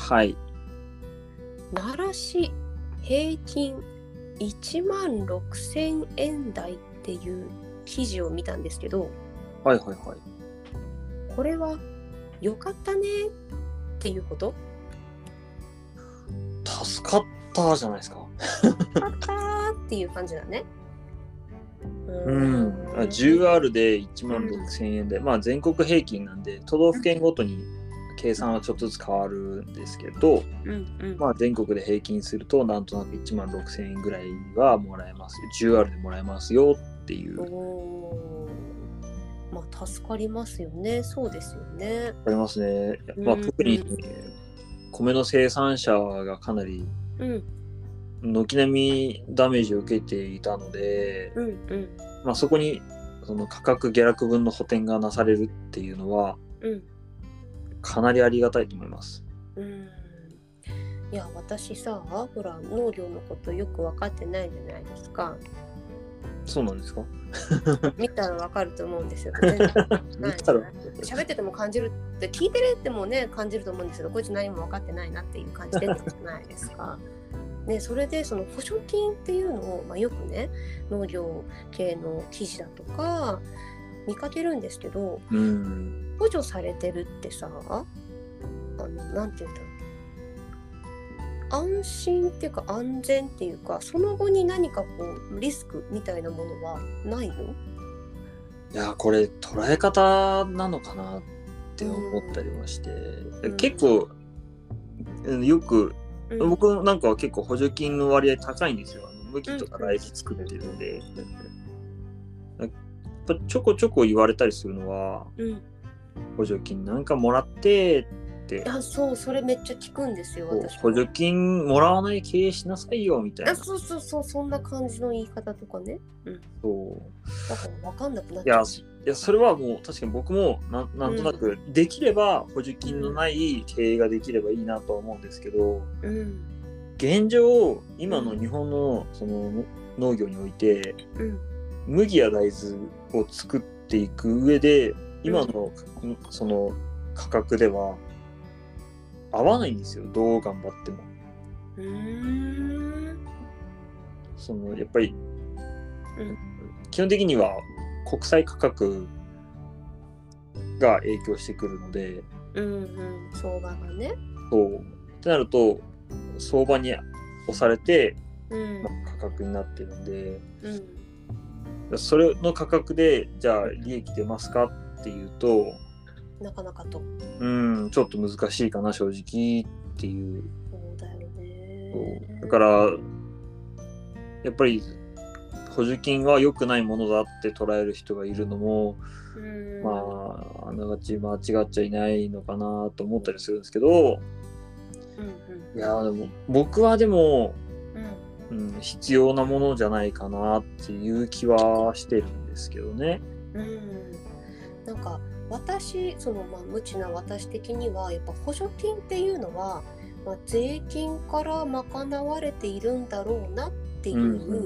はい。 奈良市平均16,000円台っていう記事を見たんですけど、 はいはいはい。 これは良かったねっていうこと？ 助かったじゃないですか。 良かったーっていう感じだね。 10R で16,000円で、まあ全国平均なんで、都道府県ごとに計算はちょっとずつ変わるんですけど、まあ全国で平均すると、なんとなく16,000円ぐらいはもらえますよ。10R でもらえますよっていう。 まあ助かりますよね。そうですよね。 ありますね。まあ特に米の生産者がかなり軒並みダメージを受けていたので、まあそこにその価格下落分の補填がなされるっていうのは、かなりありがたいと思います。 いや私さ、ほら農業のことよく分かってないじゃないですか。 そうなんですか？ 見たら分かると思うんですよね。喋ってても感じるって、聞いてるってもね感じると思うんですけど、こいつ何も分かってないなっていう感じ出てるじゃないですか。ね、それでその補助金っていうのを、よくね農業系の記事だとか見かけるんですけど、補助されてるってさ、なんていうんだろう、安心っていうか安全っていうか、その後に何かこうリスクみたいなものはないの？ いやこれ捉え方なのかなって思ったりはして、結構よく僕なんかは結構補助金の割合高いんですよ。麦とか大豆作ってるんで、やっぱちょこちょこ言われたりするのは、補助金なんかもらってって。 そう、それめっちゃ聞くんですよ、私。 補助金もらわない経営しなさいよみたいな。 そう、そんな感じの言い方とかね。だから分かんなくなっちゃう。 いやそれはもう確かに僕もなんとなくできれば補助金のない経営ができればいいなとは思うんですけど、現状今の日本のその農業において、麦や大豆を作っていく上で今のその価格では合わないんですよ、どう頑張っても。そのやっぱり、基本的には国際価格が影響してくるので、 相場がね。 そうってなると相場に押されて、価格になってるんで、それの価格でじゃあ利益出ますかっていうと、 なかなかと。 ちょっと難しいかな正直っていう。 そうだよね。 だからやっぱり補助金は良くないものだって捉える人がいるのも、まああながち間違っちゃいないのかなと思ったりするんですけど、いやでも僕はでも、必要なものじゃないかなっていう気はしてるんですけどね。 なんか私無知な私的にはやっぱ補助金っていうのは、税金から賄われているんだろうなっていう、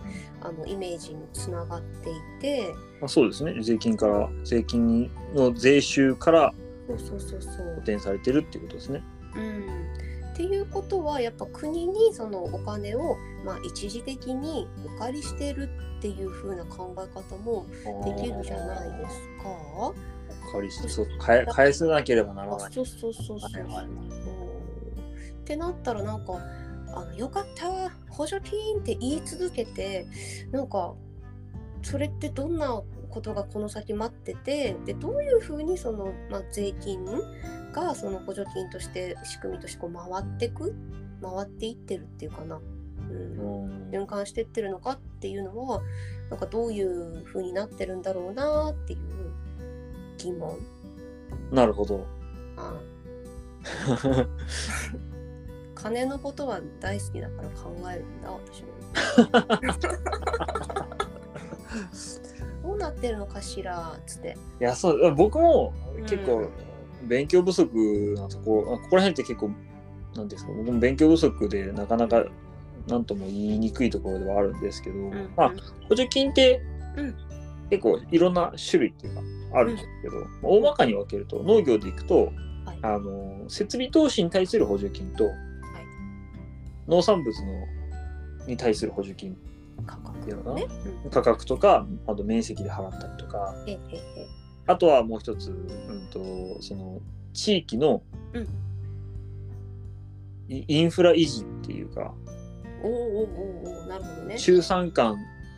イメージにつながっていて、 そうですね、税金の税収から補填されてるっていうことですね。 っていうことはやっぱ国にそのお金を、一時的にお借りしてるっていう風な考え方もできるじゃないですか。 借りして返せなければならない。 そうってなったらなんかよかった補助金って言い続けて、なんかそれってどんなことがこの先待ってて、でどういうふうにその、税金がその補助金として仕組みとしてこう回っていってるっていうかな、循環していってるのかっていうのは、なんかどういうふうになってるんだろうなっていう疑問。 なるほど。 金のことは大好きだから考えるんだ私も。どうなってるのかしらっつって。 いや僕も結構勉強不足なところ、ここら辺って結構なんですか、僕も勉強不足でなかなか何とも言いにくいところではあるんですけど、補助金って、結構いろんな種類っていうかあるんですけど、大まかに分けると農業でいくと、 設備投資に対する補助金と、農産物に対する補助金っていうのかな、価格とか、あと面積で払ったりとか、あとはもう一つ、その地域のインフラ維持っていうか、 なるほどね。 中山間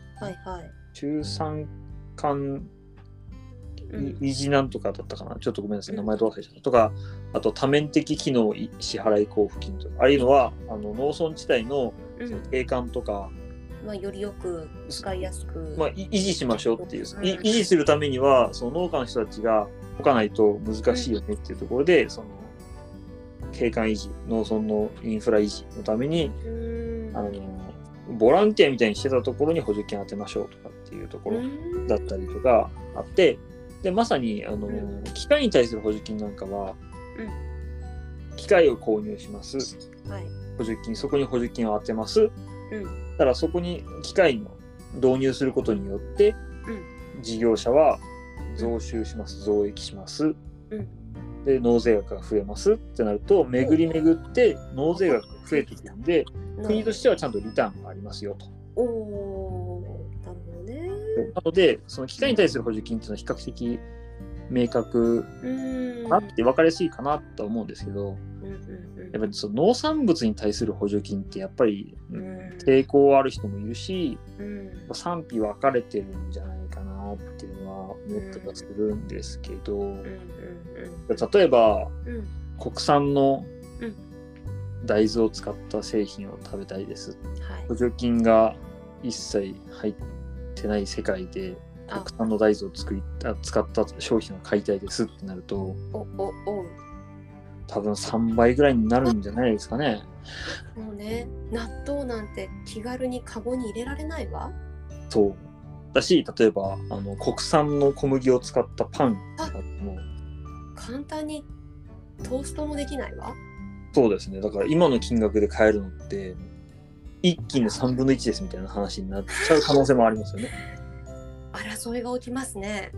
維持なんとかだったかな、ちょっとごめんなさい、名前どう忘れちゃったとか、あと多面的機能支払い交付金とか、ああいうのは農村地帯の景観とか、 よりよく使いやすく、 維持しましょうっていう、維持するためにはその農家の人たちが置かないと難しいよねっていうところで、その景観維持、農村のインフラ維持のためにボランティアみたいにしてたところに補助金当てましょうとかっていうところだったりとかあって、でまさに機械に対する補助金なんかは、機械を購入します、補助金、そこに補助金を当てます、ただそこに機械の導入することによって、事業者は増収します、増益します、で納税額が増えますってなると、巡り巡って納税額が増えてくるんで、国としてはちゃんとリターンがありますよと。 なるほどね。 なのでその機械に対する補助金っていうのは比較的明確かなって分かりやすいかなと思うんですけど、やっぱりその農産物に対する補助金ってやっぱり抵抗ある人もいるし、賛否分かれてるんじゃないかなっていうのは思ってたりするんですけど、例えば、国産の大豆を使った製品を食べたいです、補助金が一切入ってない世界で国産の大豆を使った商品を買いたいですってなると、多分3倍ぐらいになるんじゃないですかね。 もうね、納豆なんて気軽にカゴに入れられないわ。 そうだし、例えば国産の小麦を使ったパンも簡単にトーストもできないわ。 そうですね。だから今の金額で買えるのって一気に3分の1ですみたいな話になっちゃう可能性もありますよね。 争いが起きますね。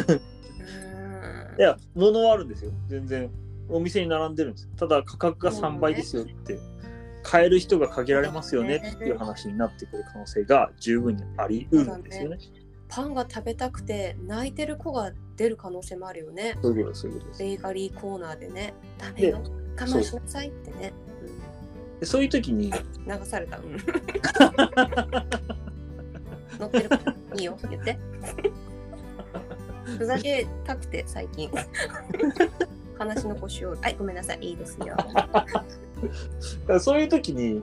いや、物はあるんですよ。全然お店に並んでるんです。ただ価格が3倍ですよって、買える人が限られますよねっていう話になってくる可能性が十分にあり得るんですよね。 パンが食べたくて泣いてる子が出る可能性もあるよね。 そういうことです。 ベーカリーコーナーでね、ダメよ、我慢しなさいってね。 でそういう時に流された。乗ってるいいよ言って。ふざけたくて最近。話の腰を、ごめんなさい、いいですよ。 そういう時に、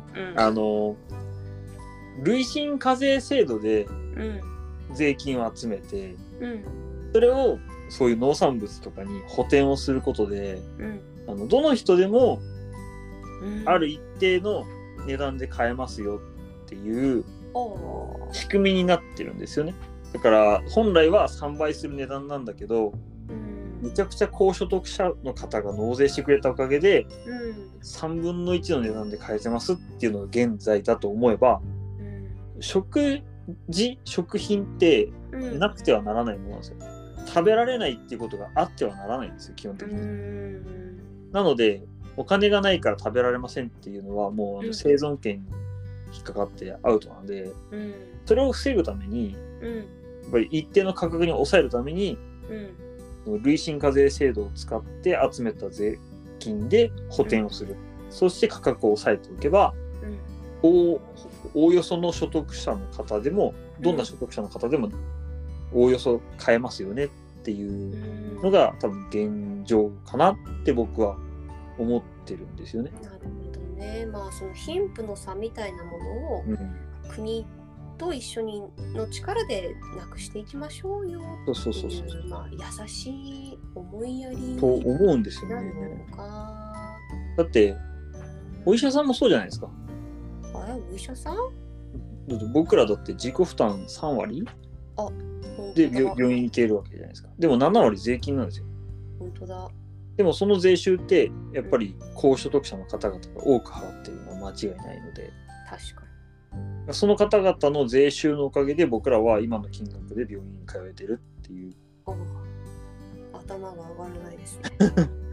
累進課税制度で税金を集めて、それをそういう農産物とかに補填をすることで、どの人でもある一定の値段で買えますよっていう仕組みになってるんですよね。だから本来は3倍する値段なんだけど、めちゃくちゃ高所得者の方が納税してくれたおかげで、3分の1の値段で買えてますっていうのが現在だと思えば、食品ってなくてはならないものなんですよ。食べられないっていうことがあってはならないんですよ、基本的に。なのでお金がないから食べられませんっていうのはもう生存権に引っかかってアウトなので、それを防ぐために、やっぱり一定の価格に抑えるために、累進課税制度を使って集めた税金で補填をする、そして価格を抑えておけば、おおよその所得者の方でも、どんな所得者の方でもおおよそ買えますよねっていうのが多分現状かなって僕は思ってるんですよね。 なるほどね。その貧富の差みたいなものを国と一緒にの力でなくしていきましょうよっていう、優しい思いやりと思うんですよね。だってお医者さんもそうじゃないですか。 お医者さん？ 僕らだって自己負担3割で病院行けるわけじゃないですか。でも7割税金なんですよ。 本当だ。 でもその税収ってやっぱり高所得者の方々が多く払ってるのは間違いないので、 確かにその方々の税収のおかげで僕らは今の金額で病院に通えてるっていう。 頭が上がらないですね。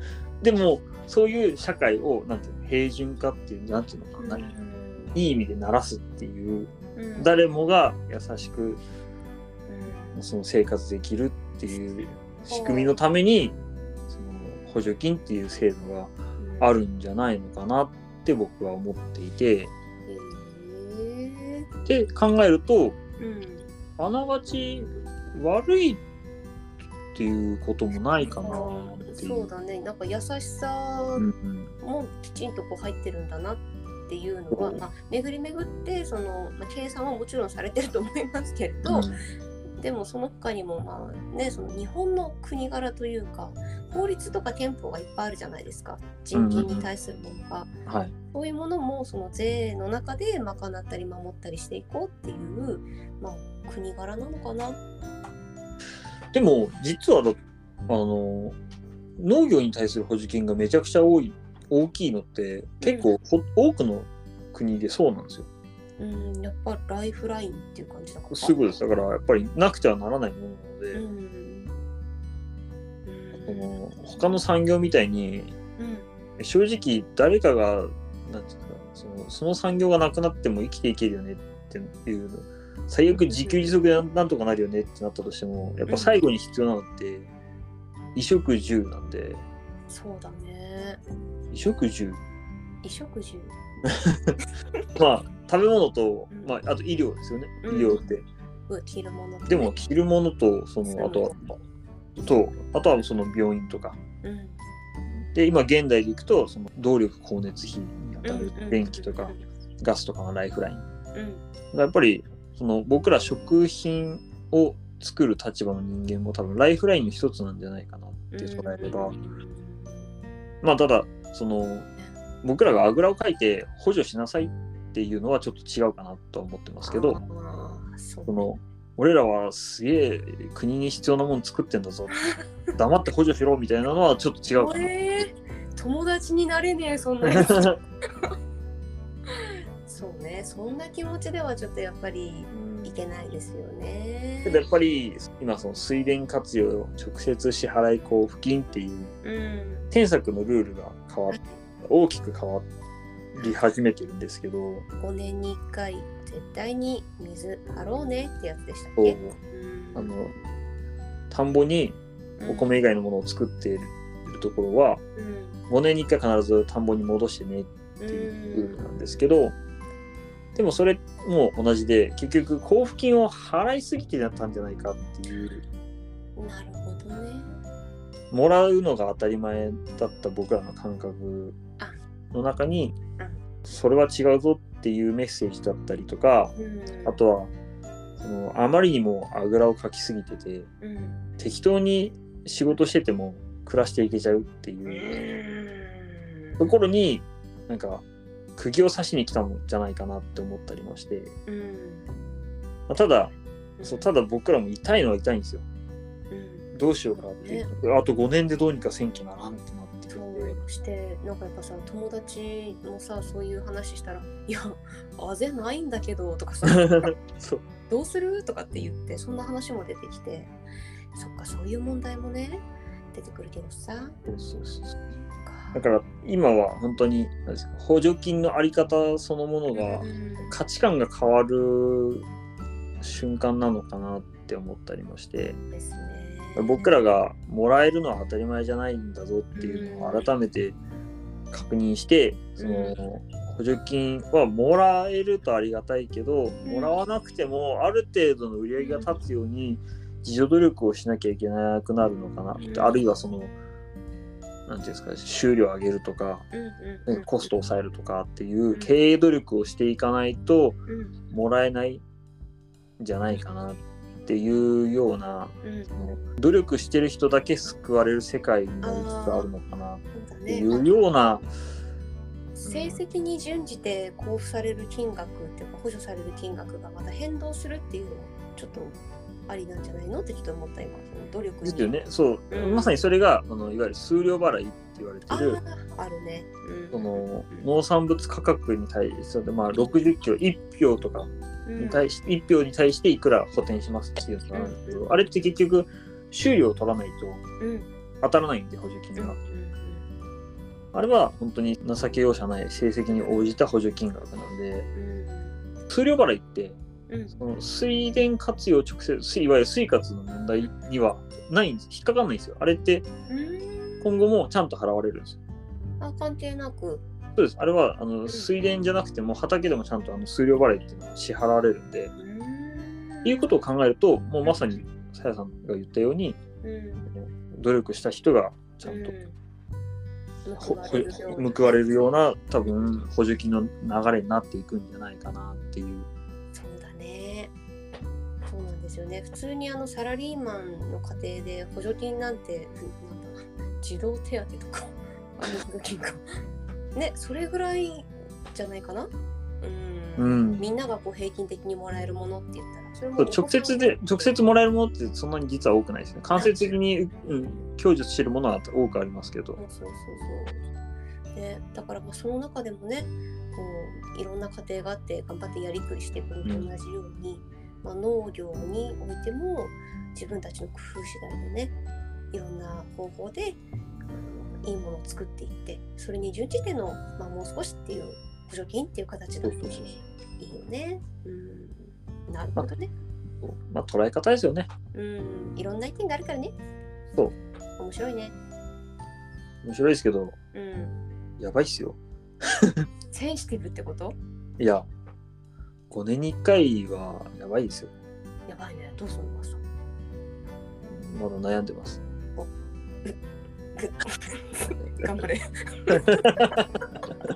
でもそういう社会をなんていうの平準化っていうなんていうのかな、いい意味でならすっていう、誰もが優しく、その生活できるっていう仕組みのためにその補助金っていう制度があるんじゃないのかなって僕は思っていて、って考えると、あながち悪いっていうこともないかなっていう。 そうだね、なんか優しさもきちんとこう入ってるんだなっていうのは、まあ、巡り巡ってその、まあ、計算はもちろんされてると思いますけれど、でもその他にもまあね、その日本の国柄というか法律とか憲法がいっぱいあるじゃないですか、人権に対するものが、 はい、 そういうものもその税の中で賄ったり守ったりしていこうっていう、まあ、国柄なのかな。 でも実は農業に対する補助金がめちゃくちゃ大きいのって結構、多くの国でそうなんですよ。 やっぱライフラインっていう感じだから。 すごいです。だからやっぱりなくてはならないものなので、他の産業みたいに、正直誰かがなんていうか、その産業がなくなっても生きていけるよねっていう、最悪自給自足でなんとかなるよねってなったとしても、やっぱ最後に必要なのって衣食住なんで。 そうだね。 衣食住。まあ食べ物と、まあ、あと医療ですよね。医療って。 着るもの、ね。 でも着るものとあとはその病院とか。で今現代でいくとその動力光熱費に当たる電気とかガスとかのライフライン。やっぱりその僕ら食品を作る立場の人間も多分ライフラインの一つなんじゃないかなって捉えれば、まあただその僕らがあぐらをかいて補助しなさいっていうのはちょっと違うかなとは思ってますけど、その俺らはすげえ国に必要なもの作ってんだぞ黙って補助しろみたいなのはちょっと違うかな。 友達になれねえそんなやつそうね、そんな気持ちではちょっとやっぱりいけないですよね。 やっぱり今その水田活用直接支払い交付金っていう添削のルールが大きく変わり始めてるんですけど、 5年に1回絶対に水張ろうねってやつでしたっけ。 田んぼにお米以外のものを作っているところは、5年に1回必ず田んぼに戻してねっていうルールなんですけど、でもそれも同じで結局交付金を払いすぎてなったんじゃないかっていう。 なるほどね。 もらうのが当たり前だった僕らの感覚の中にそれは違うぞっていうメッセージだったりとか、あとはそのあまりにもあぐらをかきすぎてて、適当に仕事してても暮らしていけちゃうっていうところになんか釘を刺しに来たんじゃないかなって思ったりまして、ただ僕らも痛いのは痛いんですよ。どうしようかって、あと5年でどうにか選挙ならんってなってくるんで。 そしてなんかやっぱさ、友達もさそういう話したら「いやあぜないんだけど」とかさそうどうするとかって言って、そんな話も出てきて、そっかそういう問題もね出てくるけどさ。 だから今は本当に補助金のあり方そのものが価値観が変わる瞬間なのかなって思ったりもして、僕らがもらえるのは当たり前じゃないんだぞっていうのを改めて確認して、その補助金はもらえるとありがたいけど、もらわなくてもある程度の売り上げが立つように自助努力をしなきゃいけなくなるのかなって、あるいはそのなんていうんですか、収量を上げるとか、コストを抑えるとかっていう経営努力をしていかないともらえないんじゃないかなっていうような、努力してる人だけ救われる世界になりつつあるのかなっていうような、 成績に準じて交付される金額っていうか補助される金額がまた変動するっていうのもちょっとありなんじゃないのってちょっと思った今。努力ですよね。そう、まさにそれがいわゆる数量払いって言われてる。 あるね。 その農産物価格に対して、まあ60キロ1票とかに対して、1票に対していくら補填しますっていうのがあるんですけど、あれって結局収量を取らないと当たらないんで、補助金が。 あれは本当に情け容赦ない成績に応じた補助金額なんで、数量払いって、その水田活用直接、いわゆる水活の問題にはないんです。引っかかんないんですよ。あれって今後もちゃんと払われるんですよ。 関係なく。 そうです。あれは水田じゃなくても畑でもちゃんと数量払いっていうのが支払われるんで、っていうことを考えると、もうまさにさやさんが言ったように、努力した人がちゃんと報われるような多分補助金の流れになっていくんじゃないかなっていう。 そうだね。そうなんですよね。普通にサラリーマンの家庭で補助金なんて児童手当とか補助金かね、それぐらいじゃないかな。みんなが平均的にもらえるものって言ったら、それも直接もらえるものってそんなに実は多くないですね。間接的に、享受しているものは多くありますけど。 そうね、だからその中でもね、いろんな家庭があって頑張ってやりくりしていくのと同じように、農業においても自分たちの工夫次第でね、いろんな方法でいいものを作っていって、それに準じての、もう少しっていう補助金っていう形だといいよね。なるほどね。 捉え方ですよね。 いろんな意見があるからね。 そう。 面白いね。 面白いですけど、やばいっすよ。 センシティブってこと？ いや、5年に1回はやばいですよ。 やばいね。どうするの？ まだ悩んでます。 頑張れ。